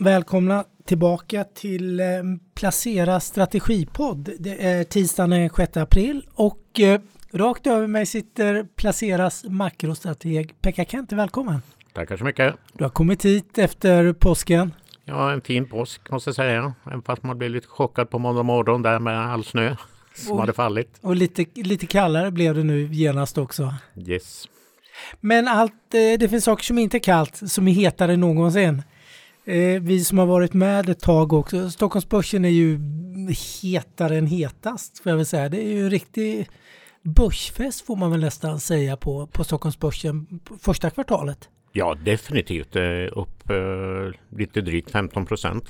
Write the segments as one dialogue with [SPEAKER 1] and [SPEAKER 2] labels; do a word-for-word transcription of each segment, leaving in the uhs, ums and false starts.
[SPEAKER 1] Välkomna tillbaka till eh, Placera strategipodd. Det är tisdagen den sjätte april och eh, rakt över mig sitter Placeras makrostrateg Pekka Kente. Välkommen.
[SPEAKER 2] Tackar så mycket.
[SPEAKER 1] Du har kommit hit efter påsken.
[SPEAKER 2] Ja, en fin påsk måste jag säga. Även fast man blev lite chockad på måndag morgon där med all snö som
[SPEAKER 1] och,
[SPEAKER 2] hade fallit.
[SPEAKER 1] Och lite, lite kallare blev det nu genast också.
[SPEAKER 2] Yes.
[SPEAKER 1] Men allt, eh, det finns saker som inte är kallt, som är hetare än någonsin. Eh, vi som har varit med ett tag också. Stockholmsbörsen är ju hetare än hetast, får jag väl säga. Det är ju en riktig börsfest får man väl nästan säga på, på Stockholmsbörsen första kvartalet.
[SPEAKER 2] Ja, definitivt. Upp eh, lite drygt femton procent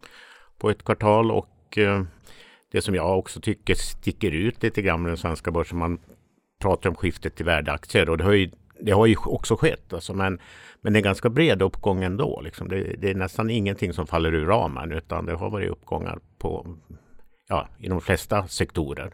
[SPEAKER 2] på ett kvartal. Och eh, det som jag också tycker sticker ut lite grann med den svenska börsen. Man pratar om skiftet till värdeaktier och det har ju, det har ju också skett. Alltså, men, men det är ganska bred uppgång ändå. Liksom. Det, det är nästan ingenting som faller ur ramen utan det har varit uppgångar på, ja, i de flesta sektorer.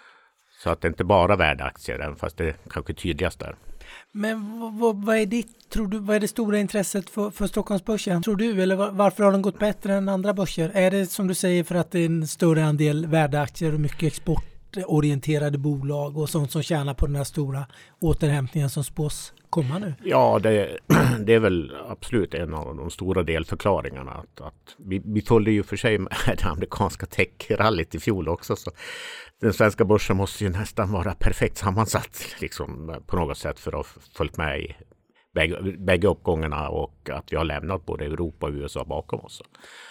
[SPEAKER 2] Så att det inte bara värdeaktier, även fast det är kanske tydligast där.
[SPEAKER 1] Men vad, vad är ditt, tror du, vad är det stora intresset för, för Stockholmsbörsen? Tror du, eller var, varför har den gått bättre än andra börser? Är det som du säger för att det är en större andel värdeaktier och mycket exportorienterade bolag och sånt som tjänar på den här stora återhämtningen som spås komma nu?
[SPEAKER 2] Ja, det, det är väl absolut en av de stora delförklaringarna. Att, att vi, vi följde ju för sig med det amerikanska tech-rallyt i fjol också. Så den svenska börsen måste ju nästan vara perfekt sammansatt liksom, på något sätt för att följt med i bägge, bägge uppgångarna och att vi har lämnat både Europa och U S A bakom oss.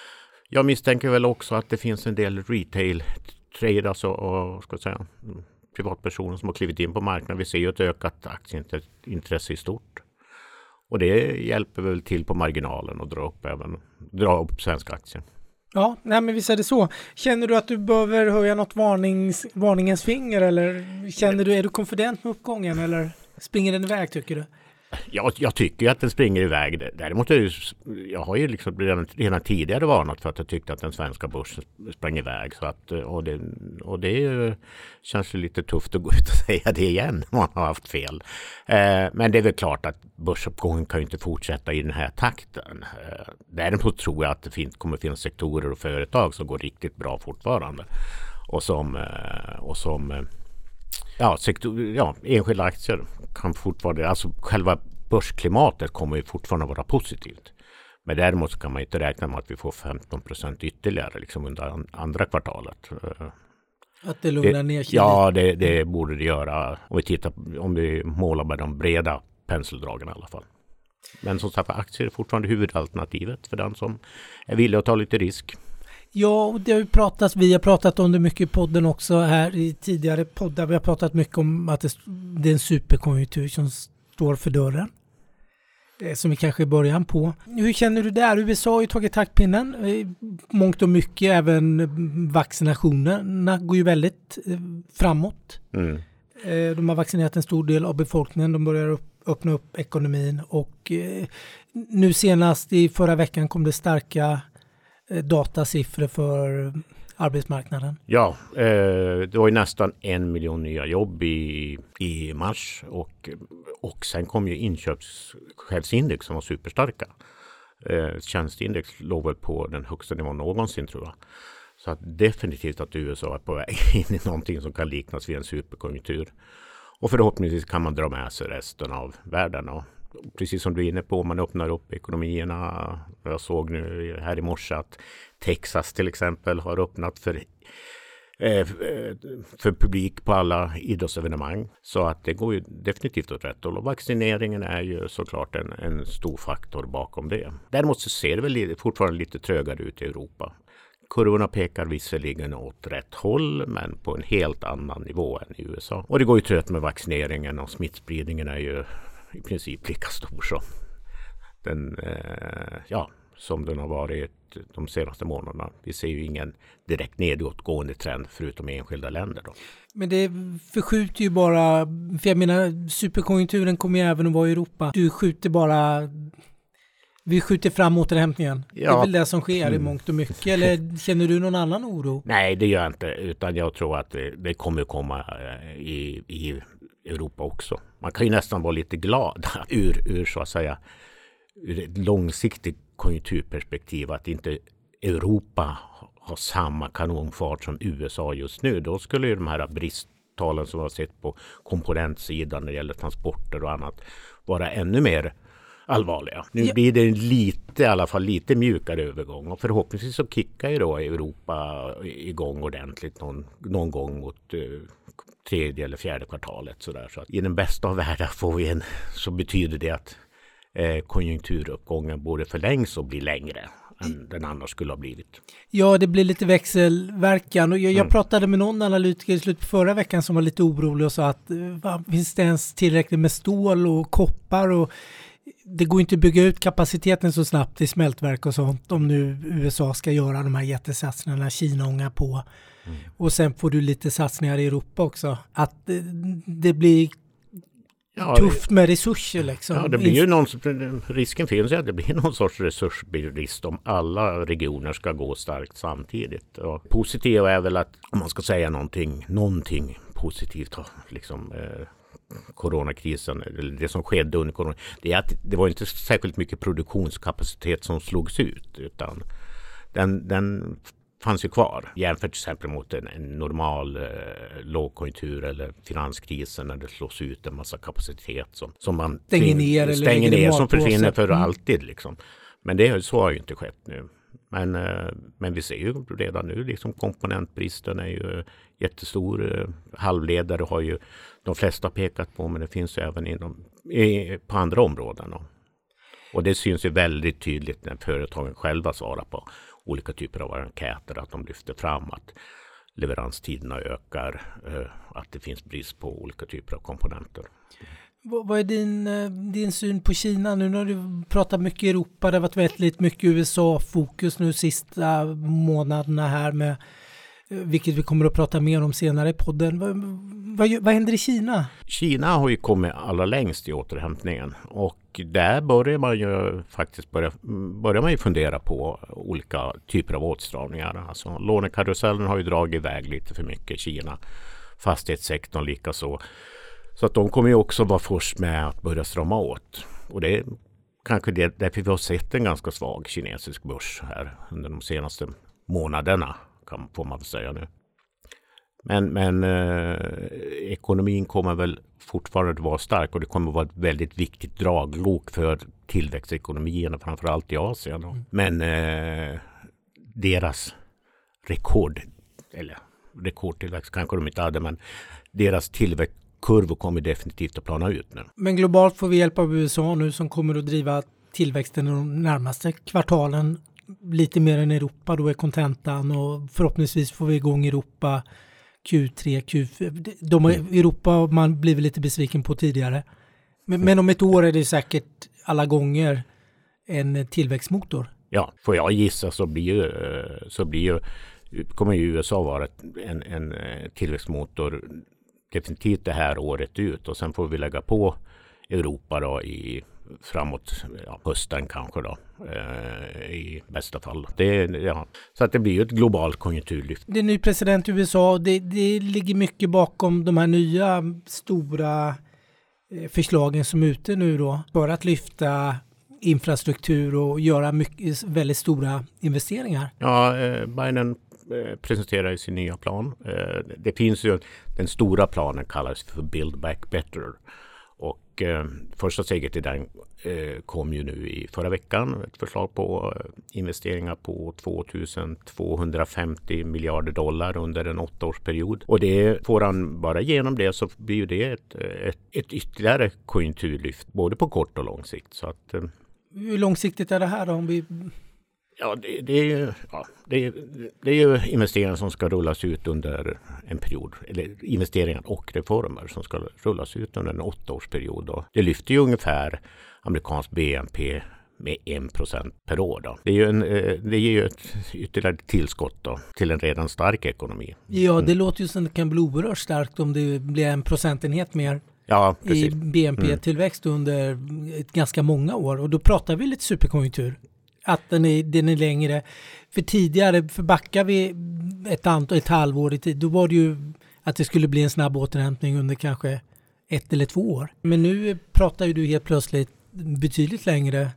[SPEAKER 2] Jag misstänker väl också att det finns en del retail-traders och, och ska jag säga, privatpersoner som har klivit in på marknaden. Vi ser ju ett ökat aktieintresse i stort. Och det hjälper väl till på marginalen och dra upp även dra upp svenska aktier.
[SPEAKER 1] Ja, nej men visst är det så. Känner du att du behöver höja något varnings, varningens finger eller känner du, är du konfident med uppgången eller springer den iväg tycker du?
[SPEAKER 2] Jag, jag tycker ju att den springer iväg. Däremot är det, jag har ju liksom redan, redan tidigare varnat för att jag tyckte att den svenska börsen sprang iväg. Så att, och det, och det känns ju lite tufft att gå ut och säga det igen om man har haft fel. Eh, men det är väl klart att börsuppgången kan ju inte fortsätta i den här takten. Eh, däremot tror jag att det finns, kommer finnas sektorer och företag som går riktigt bra fortfarande. Och som... Eh, och som eh, Ja, sektor, ja, enskilda aktier kan fortfarande, alltså själva börsklimatet kommer ju fortfarande vara positivt. Men däremot så kan man inte räkna med att vi får femton procent ytterligare liksom under andra kvartalet.
[SPEAKER 1] Att det lugnar ner sig.
[SPEAKER 2] Ja, det, det borde det göra om vi tittar, om vi målar med de breda penseldragen i alla fall. Men som sagt, aktier är fortfarande huvudalternativet för den som är villig att ta lite risk.
[SPEAKER 1] Ja, och det har ju pratats, vi har pratat om det mycket i podden också här i tidigare poddar. Vi har pratat mycket om att det, det är en superkonjunktur som står för dörren. Som vi kanske är början på. Hur känner du där? U S A har ju tagit taktpinnen. Mångt och mycket, även vaccinationerna går ju väldigt framåt. Mm. De har vaccinerat en stor del av befolkningen. De börjar upp, öppna upp ekonomin. Och nu senast i förra veckan kom det starka datasiffror för arbetsmarknaden.
[SPEAKER 2] Ja, eh, det var ju nästan en miljon nya jobb i, i mars och, och sen kom ju inköpschefsindex som var superstarka. Eh, tjänsteindex låg väl på den högsta nivån någonsin tror jag. Så att definitivt att U S A är på väg in i någonting som kan liknas vid en superkonjunktur. Och förhoppningsvis kan man dra med sig resten av världen och precis som du är inne på, man öppnar upp ekonomierna. Jag såg nu här i morse att Texas till exempel har öppnat för, eh, för publik på alla idrottsevenemang. Så att det går ju definitivt åt rätt håll. Och vaccineringen är ju såklart en, en stor faktor bakom det. Däremot så ser det väl fortfarande lite trögare ut i Europa. Kurvorna pekar visserligen åt rätt håll men på en helt annan nivå än i U S A. Och det går ju trött med vaccineringen och smittspridningen är ju i princip lika stor som den, eh, ja, som den har varit de senaste månaderna. Vi ser ju ingen direkt nedåtgående trend förutom i enskilda länder då.
[SPEAKER 1] Men det förskjuter ju bara, för jag menar superkonjunkturen kommer ju även att vara i Europa. Du skjuter bara, vi skjuter fram återhämtningen. Ja. Det är väl det som sker mm. i mångt och mycket. Eller känner du någon annan oro?
[SPEAKER 2] Nej, det gör jag inte. Utan jag tror att det, det kommer komma i, i Europa också. Man kan ju nästan vara lite glad ur, ur så att säga ur ett långsiktigt konjunkturperspektiv att inte Europa har samma kanonfart som U S A just nu. Då skulle ju de här bristtalen som vi har sett på komponentsidan när det gäller transporter och annat vara ännu mer allvarliga. Nu ja. blir det lite, i alla fall lite mjukare övergång och förhoppningsvis så kickar ju då Europa igång ordentligt någon, någon gång mot eh, tredje eller fjärde kvartalet. Sådär. Så att i den bästa av världar får vi en, så betyder det att eh, konjunkturuppgången både förlängs och blir längre än den annars skulle ha blivit.
[SPEAKER 1] Ja, det blir lite växelverkan och jag, jag mm. pratade med någon analytiker i slutet på förra veckan som var lite orolig och sa att va, finns det ens tillräckligt med stål och koppar och det går inte att bygga ut kapaciteten så snabbt i smältverk och sånt om nu U S A ska göra de här jättesatsningarna, Kina ångar på. Mm. Och sen får du lite satsningar i Europa också. Att det, det blir ja, tufft med resurser liksom.
[SPEAKER 2] Ja, det blir ju någon, risken finns ju att det blir någon sorts resursbrist om alla regioner ska gå starkt samtidigt. Och positivt är väl att om man ska säga någonting, någonting positivt liksom eh, coronakrisen, eller det som skedde under corona, det är att det var inte särskilt mycket produktionskapacitet som slogs ut utan den, den fanns ju kvar jämfört till exempel mot en, en normal eh, lågkonjunktur eller finanskrisen när det slås ut en massa kapacitet som, som man
[SPEAKER 1] stänger ner, eller
[SPEAKER 2] stänger ner som försvinner för mm. alltid liksom. Men det så har ju inte skett nu. Men, men vi ser ju redan nu liksom komponentbristen är ju jättestor. Halvledare har ju de flesta pekat på, men det finns ju även inom, på andra områden. Och det syns ju väldigt tydligt när företagen själva svarar på olika typer av enkäter att de lyfter fram att leveranstiderna ökar, att det finns brist på olika typer av komponenter.
[SPEAKER 1] Vad är din, din syn på Kina nu när du pratar mycket i Europa? Det har varit väldigt mycket U S A-fokus nu sista månaderna här med, vilket vi kommer att prata mer om senare i podden. Vad, vad, vad händer i Kina?
[SPEAKER 2] Kina har ju kommit allra längst i återhämtningen och där börjar man ju faktiskt börja, börjar man ju fundera på olika typer av åtstramningar. Alltså, lånekarusellen har ju dragit iväg lite för mycket i Kina. Fastighetssektorn lika så. Så att de kommer ju också vara först med att börja strama åt. Och det är kanske det, därför vi har sett en ganska svag kinesisk börs här under de senaste månaderna, kan, får man väl säga nu. Men, men eh, ekonomin kommer väl fortfarande vara stark och det kommer vara ett väldigt viktigt draglok för tillväxtekonomierna, framförallt i Asien. Mm. Men eh, deras rekord, eller rekordtillväxt kanske de inte hade, men deras tillväxt kurvor kommer definitivt att plana ut nu.
[SPEAKER 1] Men globalt får vi hjälp av U S A nu som kommer att driva tillväxten de närmaste kvartalen lite mer än Europa. Då är kontentan och förhoppningsvis får vi igång Europa Q tre, Q fyra. De har, mm. Europa har man blivit lite besviken på tidigare. Men, mm. men om ett år är det säkert alla gånger en tillväxtmotor.
[SPEAKER 2] Ja, får jag gissa så blir ju, så blir ju, kommer ju U S A vara en, en tillväxtmotor definitivt det här året ut och sen får vi lägga på Europa då i framåt ja, hösten kanske då eh, i bästa fall. Det, ja. Så att det blir ju ett globalt konjunkturlyft.
[SPEAKER 1] Det är ny president i U S A och det, det ligger mycket bakom de här nya stora förslagen som är ute nu då för att lyfta infrastruktur och göra mycket, väldigt stora investeringar.
[SPEAKER 2] Ja, eh, Biden presenterar sin nya plan. Det finns ju, den stora planen kallas för Build Back Better och eh, första steget i den eh, kom ju nu i förra veckan ett förslag på investeringar på tvåtusentvåhundrafemtio miljarder dollar under en åttaårsperiod och det får han bara genom det så blir ju det ett, ett, ett ytterligare konjunkturlyft både på kort och lång sikt. Så att, eh,
[SPEAKER 1] hur långsiktigt är det här då om vi...
[SPEAKER 2] Ja, det, det, är ju, ja det, är, det är ju investeringar som ska rullas ut under en period, eller investeringar och reformer som ska rullas ut under en åttaårsperiod. Då. Det lyfter ju ungefär amerikansk B N P med en procent per år. Då. Det, är ju en, det ger ju ett ytterligare tillskott då, till en redan stark ekonomi.
[SPEAKER 1] Ja, det mm. låter ju som det kan bli oerhört starkt om det blir en procentenhet mer.
[SPEAKER 2] Ja,
[SPEAKER 1] i B N P-tillväxt mm. under ett ganska många år. Och då pratar vi lite superkonjunktur. Att den är, den är längre. För tidigare, för backar vi ett, antal, ett halvår i tid, då var det ju att det skulle bli en snabb återhämtning under kanske ett eller två år. Men nu pratar ju du helt plötsligt betydligt längre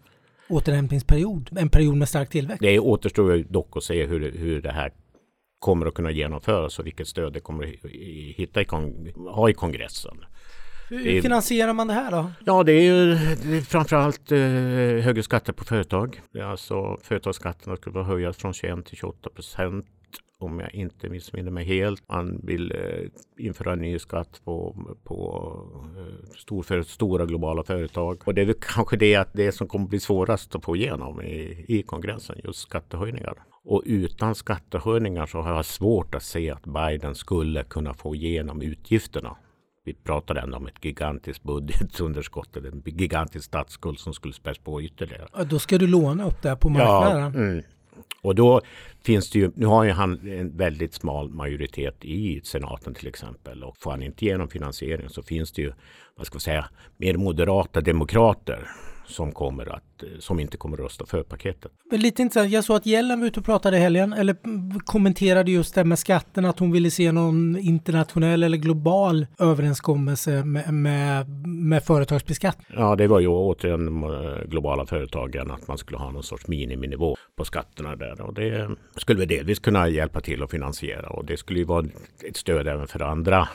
[SPEAKER 1] återhämtningsperiod, en period med stark tillväxt.
[SPEAKER 2] Det återstår ju dock att se hur, hur det här kommer att kunna genomföras och vilket stöd det kommer att hitta i kong- ha i kongressen.
[SPEAKER 1] Hur är, finansierar man det här då?
[SPEAKER 2] Ja, det är ju det är framförallt eh, högre skatter på företag. Det är alltså företagsskatterna skulle vara höjas från tjugoett till tjugoåtta procent. Om jag inte missminner mig helt. Man vill eh, införa en ny skatt på, på eh, stor för, stora globala företag. Och det är väl kanske det, att det som kommer bli svårast att få igenom i, i kongressen, just skattehöjningar. Och utan skattehöjningar så har jag svårt att se att Biden skulle kunna få igenom utgifterna. Vi pratade ändå om ett gigantiskt budgetunderskott eller en gigantisk statsskuld som skulle späs på ytterligare.
[SPEAKER 1] Ja, då ska du låna upp det på marknaden.
[SPEAKER 2] Ja, mm. Och då finns det ju, nu har ju han en väldigt smal majoritet i senaten till exempel, och får han inte igenom finansiering så finns det ju, vad ska vi säga, mer moderata demokrater som kommer att, som inte kommer att rösta för paketet.
[SPEAKER 1] Men lite intressant, jag såg att Yellen var ute och pratade i helgen, eller kommenterade just det med skatten, att hon ville se någon internationell eller global överenskommelse med, med, med företagsbeskattning.
[SPEAKER 2] Ja, det var ju återigen de globala företagen, att man skulle ha någon sorts miniminivå på skatterna där, och det skulle vi delvis kunna hjälpa till att finansiera, och det skulle ju vara ett stöd även för andra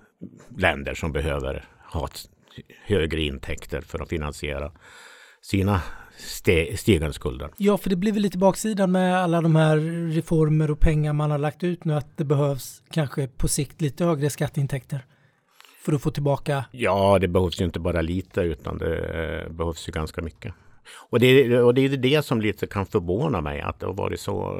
[SPEAKER 2] länder som behöver ha högre intäkter för att finansiera sina ste- stigande skulder.
[SPEAKER 1] Ja, för det blir väl lite baksidan med alla de här reformer och pengar man har lagt ut nu, att det behövs kanske på sikt lite högre skatteintäkter för att få tillbaka.
[SPEAKER 2] Ja, det behövs ju inte bara lite, utan det behövs ju ganska mycket. Och det, och det är det som lite kan förvåna mig, att det har varit så,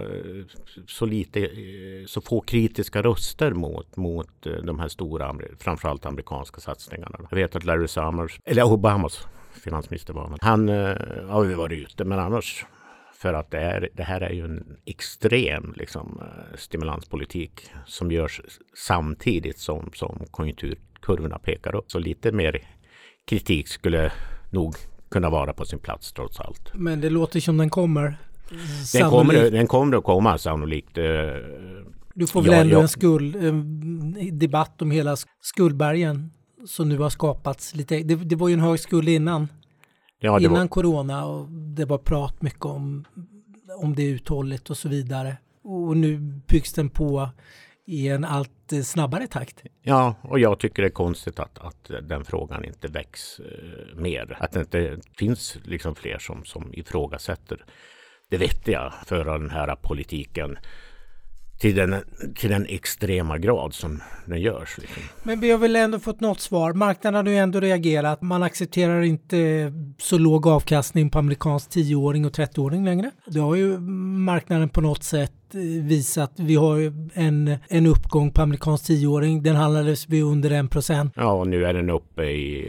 [SPEAKER 2] så lite, så få kritiska röster mot, mot de här stora, framförallt amerikanska satsningarna. Jag vet att Larry Summers, eller Obamas finansminister var han, han har ju varit ute, men annars, för att det, är, det här är ju en extrem liksom, stimulanspolitik som görs samtidigt som, som konjunkturkurvorna pekar upp. Så lite mer kritik skulle nog kunna vara på sin plats trots allt.
[SPEAKER 1] Men det låter som den kommer.
[SPEAKER 2] Den kommer, den kommer att komma sannolikt.
[SPEAKER 1] Du får väl ja, ändå ja. en skuld, en debatt om hela skuldbergen som nu har skapats lite. Det, det var ju en hög skuld innan. Ja, innan var... corona, och det var prat mycket om, om det är uthålligt och så vidare. Och nu byggs den på i en allt snabbare takt.
[SPEAKER 2] Ja, och jag tycker det är konstigt att, att den frågan inte väcks eh, mer. Att det inte finns liksom fler som, som ifrågasätter det vettiga för den här politiken till den, till den extrema grad som den görs. Liksom.
[SPEAKER 1] Men vi har väl ändå fått något svar. Marknaden har ju ändå reagerat. Man accepterar inte så låg avkastning på amerikansk tioåring och trettioåring längre. Det har ju marknaden på något sätt visat. Vi har en, en uppgång på amerikansk tioåring. Den handlades vi under en procent.
[SPEAKER 2] Ja, och nu är den uppe i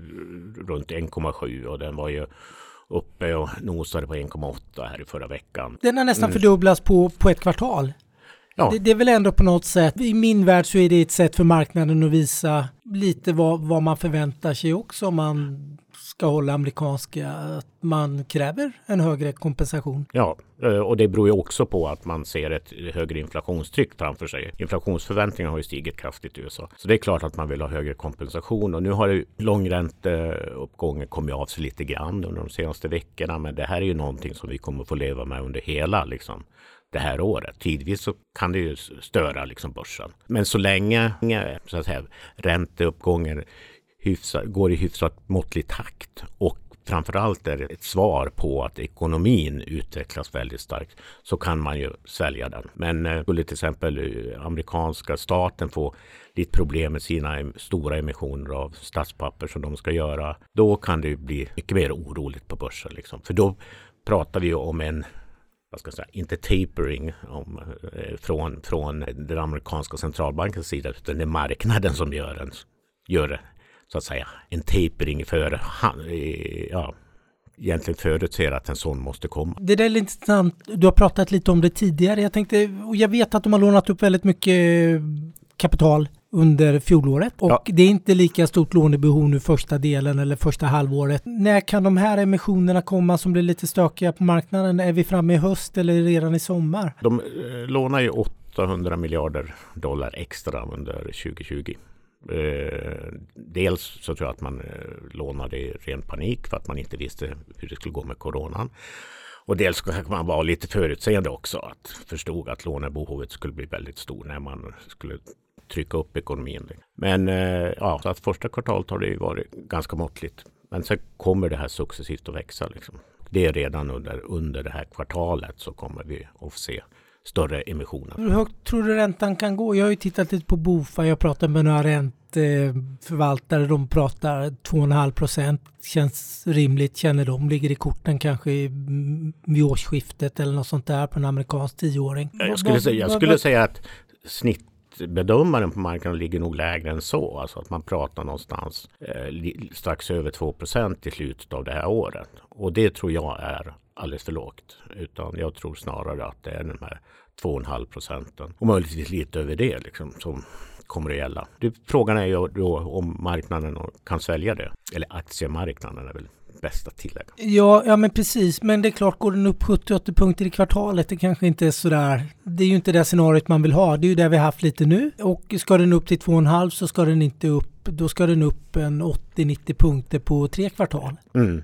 [SPEAKER 2] runt en komma sju, och den var ju uppe och nosade på en komma åtta här i förra veckan.
[SPEAKER 1] Den har nästan mm. fördubblats på, på ett kvartal. Ja. Det, det är väl ändå på något sätt, i min värld så är det ett sätt för marknaden att visa lite vad, vad man förväntar sig också om man ska hålla amerikanska, att man kräver en högre kompensation.
[SPEAKER 2] Ja, och det beror ju också på att man ser ett högre inflationstryck framför sig. Inflationsförväntningarna har ju stigit kraftigt i U S A. Så det är klart att man vill ha högre kompensation, och nu har ju långränteuppgången kommit av sig lite grann under de senaste veckorna, men det här är ju någonting som vi kommer få leva med under hela liksom det här året. Tidvis så kan det ju störa liksom börsen. Men så länge så att säga, ränteuppgången hyfsat, går i hyfsat måttlig takt, och framförallt är det ett svar på att ekonomin utvecklas väldigt starkt, så kan man ju svälja den. Men skulle till exempel amerikanska staten få lite problem med sina stora emissioner av statspapper som de ska göra, då kan det ju bli mycket mer oroligt på börsen. Liksom. För då pratar vi ju om en, vad ska jag säga, inte tapering om, eh, från, från den amerikanska centralbankens sida, utan det är marknaden som gör en, gör så att säga en tapering för, ja, egentligen förutser att en sån måste komma.
[SPEAKER 1] Det där är lite intressant. Du har pratat lite om det tidigare. Jag tänkte, och jag vet att de har lånat upp väldigt mycket kapital under fjolåret, och ja. Det är inte lika stort lånebehov nu första delen eller första halvåret. När kan de här emissionerna komma som blir lite stökiga på marknaden? Är vi framme i höst eller redan i sommar?
[SPEAKER 2] De eh, lånar ju åttahundra miljarder dollar extra under tjugo tjugo. Eh, dels så tror jag att man eh, lånade i ren panik för att man inte visste hur det skulle gå med coronan. Och dels kanske man var lite förutseende också, att förstod att lånebehovet skulle bli väldigt stort när man skulle trycka upp ekonomin. Men eh, ja, så att första kvartalet har det ju varit ganska måttligt. Men sen kommer det här successivt att växa liksom. Det är redan under, under det här kvartalet så kommer vi att få se större emissioner.
[SPEAKER 1] Hur högt tror du räntan kan gå? Jag har ju tittat lite på Bofa, jag pratar med några ränteförvaltare, de pratar två komma fem procent. Känns rimligt, känner de, ligger i korten kanske vid årsskiftet eller något sånt där på en amerikansk tioåring.
[SPEAKER 2] Jag skulle, säga, jag skulle säga att snittbedömaren på marknaden ligger nog lägre än så. Alltså att man pratar någonstans eh, strax över två procent i slutet av det här året. Och det tror jag är alldeles för lågt. Utan jag tror snarare att det är de här två komma fem procenten. Och möjligtvis lite över det liksom, som kommer att gälla. Det, frågan är ju då om marknaden kan svälja det. Eller aktiemarknaden är väl bästa tillägg.
[SPEAKER 1] Ja, ja, men precis. Men det är klart, går den upp sjuttio till åttio punkter i kvartalet, det kanske inte är sådär. Det är ju inte det scenariot man vill ha. Det är ju det vi har haft lite nu. Och ska den upp till två komma fem så ska den inte upp, då ska den upp en åttio till nittio punkter på tre kvartal. Mm.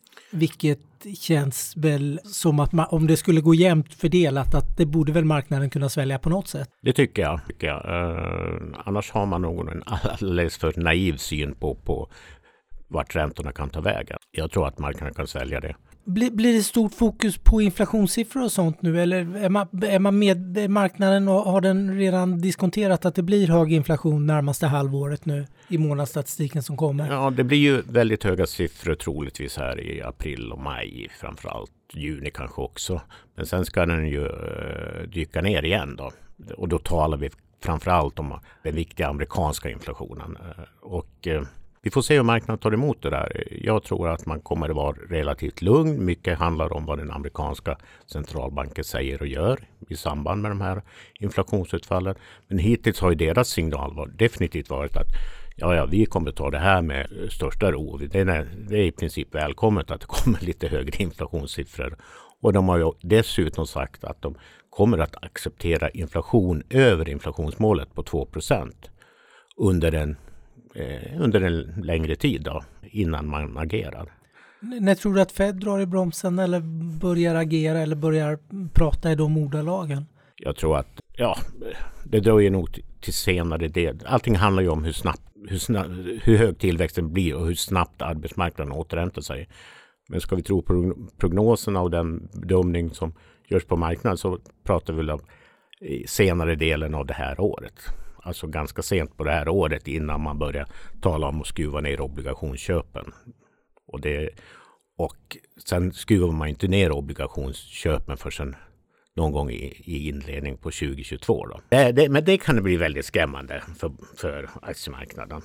[SPEAKER 1] Vilket känns väl som att man, om det skulle gå jämnt fördelat, att det borde väl marknaden kunna svälja på något sätt.
[SPEAKER 2] Det tycker jag. Tycker jag. Uh, annars har man någon en alldeles för naiv syn på, på vart räntorna kan ta vägen. Jag tror att marknaden kan svälja det.
[SPEAKER 1] Blir, blir det stort fokus på inflationssiffror och sånt nu? Eller är man, är man med är marknaden och har den redan diskonterat att det blir hög inflation närmaste halvåret nu i månadsstatistiken som kommer?
[SPEAKER 2] Ja, det blir ju väldigt höga siffror troligtvis här i april och maj, framförallt juni kanske också. Men sen ska den ju uh, dyka ner igen då. Och då talar vi framförallt om den viktiga amerikanska inflationen. Uh, och uh, vi får se hur marknaden tar emot det där. Jag tror att man kommer att vara relativt lugn. Mycket handlar om vad den amerikanska centralbanken säger och gör i samband med de här inflationsutfallen. Men hittills har ju deras signal var, definitivt varit att ja, ja, vi kommer ta det här med största ro. Det är, det är i princip välkommet att det kommer lite högre inflationssiffror. Och de har ju dessutom sagt att de kommer att acceptera inflation över inflationsmålet på två procent under en under en längre tid då, innan man agerar.
[SPEAKER 1] När tror du att Fed drar i bromsen eller börjar agera eller börjar prata i de ordalagen?
[SPEAKER 2] Jag tror att ja, det dröjer nog till senare del. Allting handlar ju om hur snabbt, hur, snabbt, hur hög tillväxten blir och hur snabbt arbetsmarknaden återhämtar sig. Men ska vi tro på prognoserna och den bedömning som görs på marknaden så pratar vi väl om senare delen av det här året. Alltså ganska sent på det här året innan man börjar tala om att skruva ner obligationsköpen. Och, det, och sen skruvar man inte ner obligationsköpen förrän någon gång i, i inledning på tjugo tjugotvå. Då. Det, det, men det kan det bli väldigt skrämmande för, för aktiemarknaden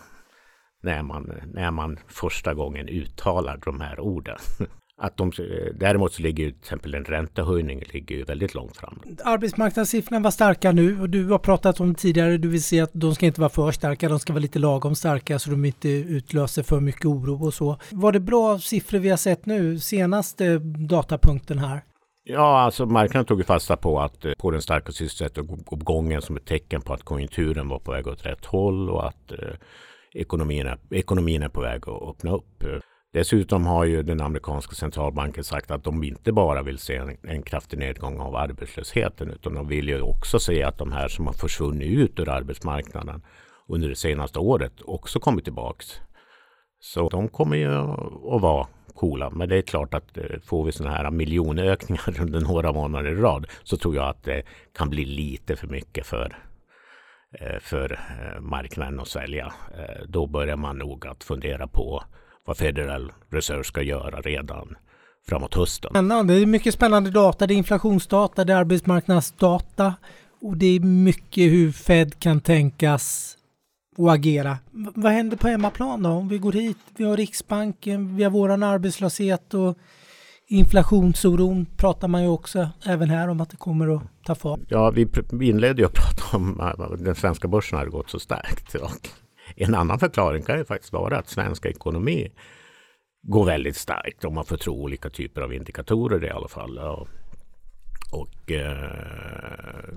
[SPEAKER 2] när man, när man första gången uttalar de här orden. Att de, däremot så ligger ju till exempel en räntehöjning ligger ju väldigt långt fram.
[SPEAKER 1] Arbetsmarknadssiffrorna var starka nu och du har pratat om tidigare, du vill se att de ska inte vara för starka, de ska vara lite lagom starka så de inte utlöser för mycket oro och så. Var det bra siffror vi har sett nu, senaste datapunkten här?
[SPEAKER 2] Ja, alltså marknaden tog ju fasta på att på den starka sysselsättningsuppgången som ett tecken på att konjunkturen var på väg åt rätt håll och att eh, ekonomin, är, ekonomin är på väg att öppna upp. Dessutom har ju den amerikanska centralbanken sagt att de inte bara vill se en, en kraftig nedgång av arbetslösheten utan de vill ju också se att de här som har försvunnit ut ur arbetsmarknaden under det senaste året också kommer tillbaks. Så de kommer ju att vara coola. Men det är klart att får vi såna här miljonökningar under några månader i rad så tror jag att det kan bli lite för mycket för, för marknaden att sälja. Då börjar man nog att fundera på vad Federal Reserve ska göra redan framåt hösten.
[SPEAKER 1] Det är mycket spännande data, det är inflationsdata, det är arbetsmarknadsdata och det är mycket hur Fed kan tänkas och agera. V- vad händer på hemmaplan då? Om vi går hit, vi har Riksbanken, vi har våran arbetslöshet och inflationsoron pratar man ju också även här om att det kommer att ta fart.
[SPEAKER 2] Ja, vi inledde ju att prata om att den svenska börsen har gått så starkt. Och en annan förklaring kan ju faktiskt vara att svenska ekonomi går väldigt starkt om man får tro olika typer av indikatorer i alla fall. Och, och eh,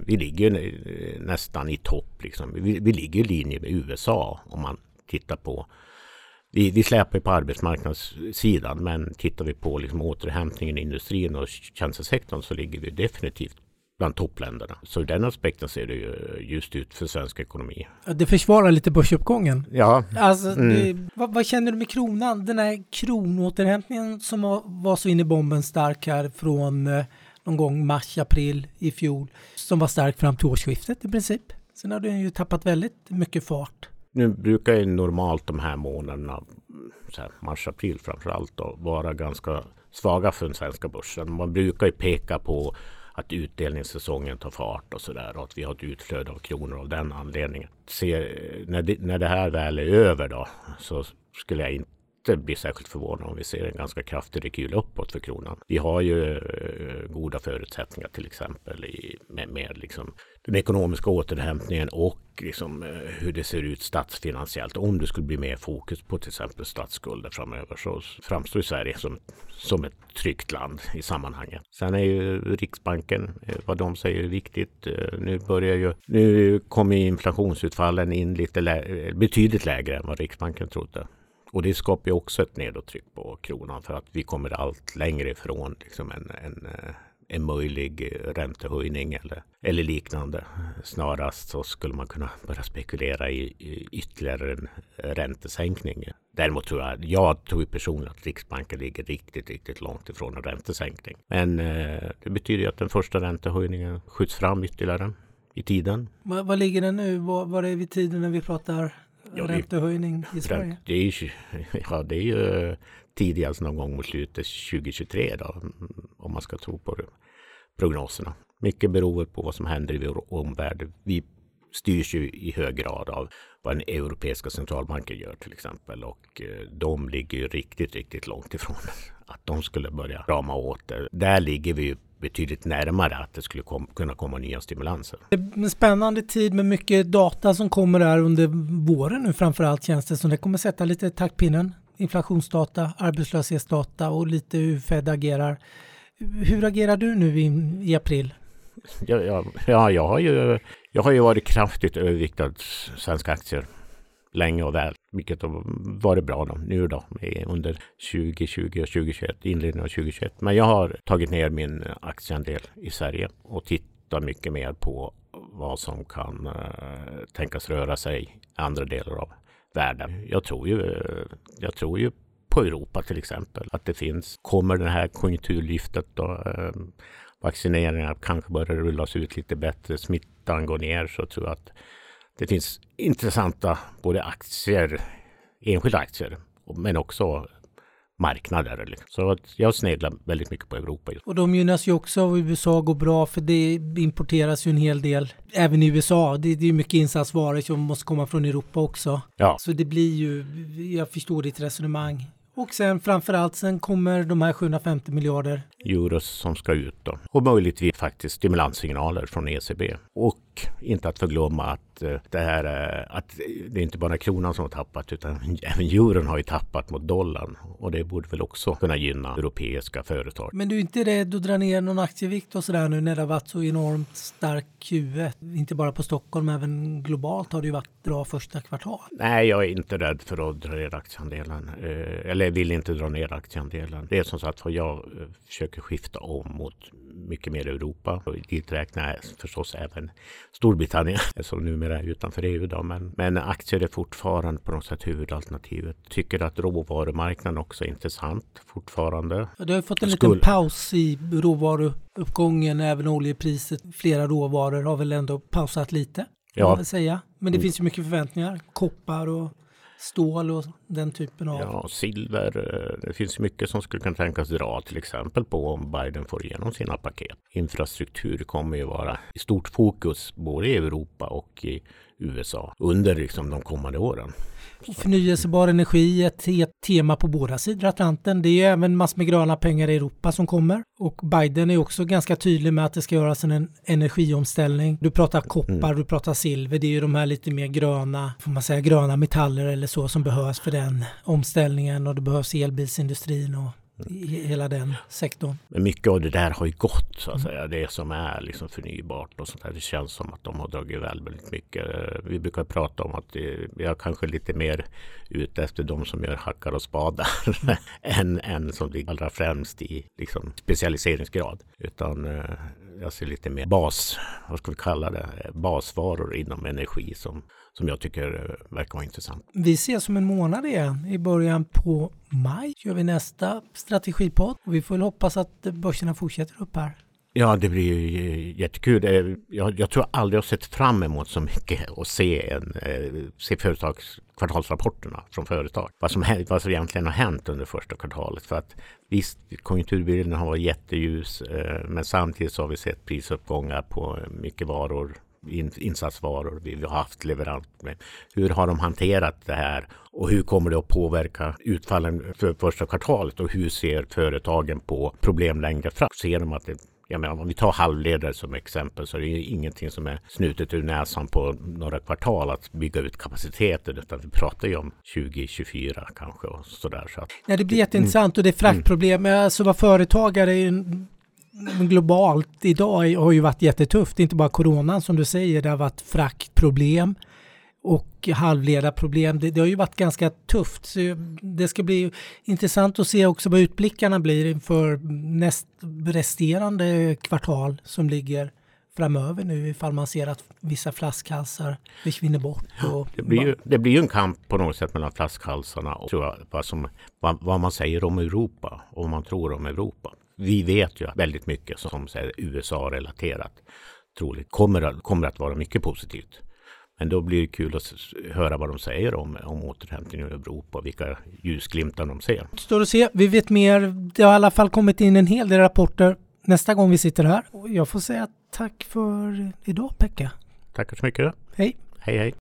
[SPEAKER 2] vi ligger nästan i topp. Liksom. Vi, vi ligger i linje med U S A om man tittar på. Vi, vi släpper på arbetsmarknadssidan, men tittar vi på liksom återhämtningen i industrin och tjänstesektorn så ligger vi definitivt bland toppländerna. Så i den aspekten ser det ju just ut för svensk ekonomi.
[SPEAKER 1] Det försvarar lite börsuppgången.
[SPEAKER 2] Ja.
[SPEAKER 1] Alltså,
[SPEAKER 2] Mm.
[SPEAKER 1] det, vad, vad känner du med kronan? Den här kronåterhämtningen som var, var så in i bomben stark här från eh, någon gång mars, april i fjol, som var stark fram till årsskiftet i princip. Sen har den ju tappat väldigt mycket fart.
[SPEAKER 2] Nu brukar ju normalt de här månaderna, så här, mars, april framförallt då, vara ganska svaga för den svenska börsen. Man brukar ju peka på att utdelningssäsongen tar fart och sådär och att vi har ett utflöde av kronor av den anledningen. Se, när, det, när det här väl är över då så skulle jag inte bli särskilt förvånad om vi ser en ganska kraftig rekyl uppåt för kronan. Vi har ju eh, goda förutsättningar till exempel i, med, med liksom, den ekonomiska återhämtningen och liksom, eh, hur det ser ut statsfinansiellt. Om det skulle bli mer fokus på till exempel statsskulder framöver så framstår Sverige som, som ett tryggt land i sammanhanget. Sen är ju Riksbanken, eh, vad de säger är viktigt. Eh, nu börjar ju, nu kommer inflationsutfallen in lite lä- betydligt lägre än vad Riksbanken trodde. Och det skapar ju också ett nedåttryck på kronan för att vi kommer allt längre ifrån liksom en, en, en möjlig räntehöjning eller, eller liknande. Snarast så skulle man kunna börja spekulera i, i ytterligare en räntesänkning. Däremot tror jag, jag tror personligen att Riksbanken ligger riktigt, riktigt långt ifrån en räntesänkning. Men eh, det betyder ju att den första räntehöjningen skjuts fram ytterligare i tiden.
[SPEAKER 1] Vad, vad ligger den nu? Vad, vad är det vid tiden när vi pratar ja, räntehöjning i Sverige?
[SPEAKER 2] Det är ju, ja, det är ju tidigast någon gång mot slutet tjugohundratjugotre då, om man ska tro på det, prognoserna. Mycket beror på vad som händer i vår omvärld. Vi styrs ju i hög grad av vad den europeiska centralbanken gör till exempel och de ligger ju riktigt, riktigt långt ifrån att de skulle börja rama åt det. Där ligger vi ju betydligt närmare att det skulle kom, kunna komma nya stimulanser. Det är
[SPEAKER 1] en spännande tid med mycket data som kommer där under våren nu framförallt känns det som det kommer sätta lite taktpinnen. Inflationsdata, arbetslöshetsdata och lite hur Fed agerar. Hur agerar du nu i, i april?
[SPEAKER 2] Ja, ja, ja, jag har ju jag har ju varit kraftigt överviktad svenska aktier länge och väl, vilket har varit bra då, nu då under tjugohundratjugo och tjugohundratjugoett, inledningen av tjugohundratjugoett. Men jag har tagit ner min aktieandel i Sverige och tittar mycket mer på vad som kan uh, tänkas röra sig i andra delar av världen. Jag tror ju, uh, jag tror ju på Europa till exempel att det finns, kommer det här konjunkturlyftet då, uh, vaccineringar kanske börjar rullas ut lite bättre, smittan går ner, så tror jag att det finns intressanta både aktier, enskilda aktier, men också marknader. Så att jag sneglar väldigt mycket på Europa.
[SPEAKER 1] Och de gynnas ju också av U S A går bra för det importeras ju en hel del. Även i U S A, det, det är ju mycket insatsvaror som måste komma från Europa också.
[SPEAKER 2] Ja.
[SPEAKER 1] Så det blir ju, jag förstår ditt resonemang. Och sen framförallt sen kommer de här sjuhundrafemtio miljarder
[SPEAKER 2] euros som ska ut då. Och möjligtvis faktiskt stimulanssignaler från E C B. Och inte att förglömma att det här att det är inte bara kronan som har tappat utan även euron har ju tappat mot dollarn. Och det borde väl också kunna gynna europeiska företag.
[SPEAKER 1] Men du är inte rädd att dra ner någon aktievikt och sådär nu när det har varit så enormt stark Q ett? Inte bara på Stockholm, även globalt har det ju varit bra första kvartal.
[SPEAKER 2] Nej, jag är inte rädd för att dra ner aktieandelen. Eller vill inte dra ner aktieandelen. Det är som sagt vad jag försöker skifta om mot mycket mer Europa. Och dit räknar jag förstås även Storbritannien som numera är utanför E U. Då. Men, men aktier är fortfarande på något sätt huvudalternativet. Tycker att råvarumarknaden också är intressant fortfarande.
[SPEAKER 1] Du har fått en
[SPEAKER 2] Skulle...
[SPEAKER 1] liten paus i råvaruuppgången, även oljepriset. Flera råvaror har väl ändå pausat lite, kan man väl säga. Men det mm. finns ju mycket förväntningar. Koppar och stål och den typen av...
[SPEAKER 2] Ja, silver. Det finns mycket som skulle kunna tänkas dra till exempel på om Biden får igenom sina paket. Infrastruktur kommer ju vara i stort fokus både i Europa och i U S A under liksom de kommande åren.
[SPEAKER 1] Förnyelsebar energi är ett tema på båda sidor Atlanten. Det är ju även massor med gröna pengar i Europa som kommer. Och Biden är också ganska tydlig med att det ska göras en energiomställning. Du pratar koppar, mm. du pratar silver. Det är ju de här lite mer gröna, får man säga, gröna metaller eller så som behövs för den omställningen. Och det behövs elbilsindustrin och i hela den sektorn.
[SPEAKER 2] Men mycket av det där har ju gått så att säga. Det som är liksom förnybart och sånt där. Det känns som att de har dragit väl väldigt mycket. Vi brukar prata om att det, jag är kanske lite mer ute efter de som gör hackar och spadar än, än som ligger allra främst i liksom, specialiseringsgrad. Utan eh, jag ser lite mer bas, vad ska vi kalla det, basvaror inom energi som, som jag tycker verkar vara intressant.
[SPEAKER 1] Vi ses om en månad igen. I början på maj gör vi nästa strategipodd. Och vi får väl hoppas att börserna fortsätter upp här.
[SPEAKER 2] Ja, det blir ju jättekul. Jag, jag tror jag aldrig har sett fram emot så mycket att se, en, se företags kvartalsrapporterna från företag. Vad som, vad som egentligen har hänt under första kvartalet. För att visst, konjunkturbilden har varit jätteljus, men samtidigt så har vi sett prisuppgångar på mycket varor, insatsvaror. Vi har haft leverans. Hur har de hanterat det här och hur kommer det att påverka utfallen för första kvartalet och hur ser företagen på problem längre fram? Ser de att det, jag menar, om vi tar halvledare som exempel så är det ju ingenting som är snutet ur näsan på några kvartal att bygga ut kapaciteten, utan vi pratar ju om tjugo tjugofyra kanske och sådär. Så att,
[SPEAKER 1] ja, det blir jätteintressant och det är fraktproblem. Mm. Alltså vad företagare är globalt idag har ju varit jättetufft. Inte bara coronan som du säger, det har varit fraktproblem och halvledarproblem. Det, det har ju varit ganska tufft. Så det ska bli intressant att se också vad utblickarna blir inför näst resterande kvartal som ligger framöver nu, ifall man ser att vissa flaskhalsar försvinner bort. Och
[SPEAKER 2] det, blir ju, det blir ju en kamp på något sätt mellan flaskhalsarna och tror jag, vad, som, vad, vad man säger om Europa och vad man tror om Europa. Vi vet ju väldigt mycket som säger U S A-relaterat troligt kommer att, kommer att vara mycket positivt. Men då blir det kul att höra vad de säger om, om återhämtningen i Europa och vilka ljusglimtar de ser.
[SPEAKER 1] Står och se, vi vet mer. Det har i alla fall kommit in en hel del rapporter nästa gång vi sitter här. Jag får säga tack för idag, Pekka.
[SPEAKER 2] Tack så mycket.
[SPEAKER 1] Hej.
[SPEAKER 2] Hej, hej.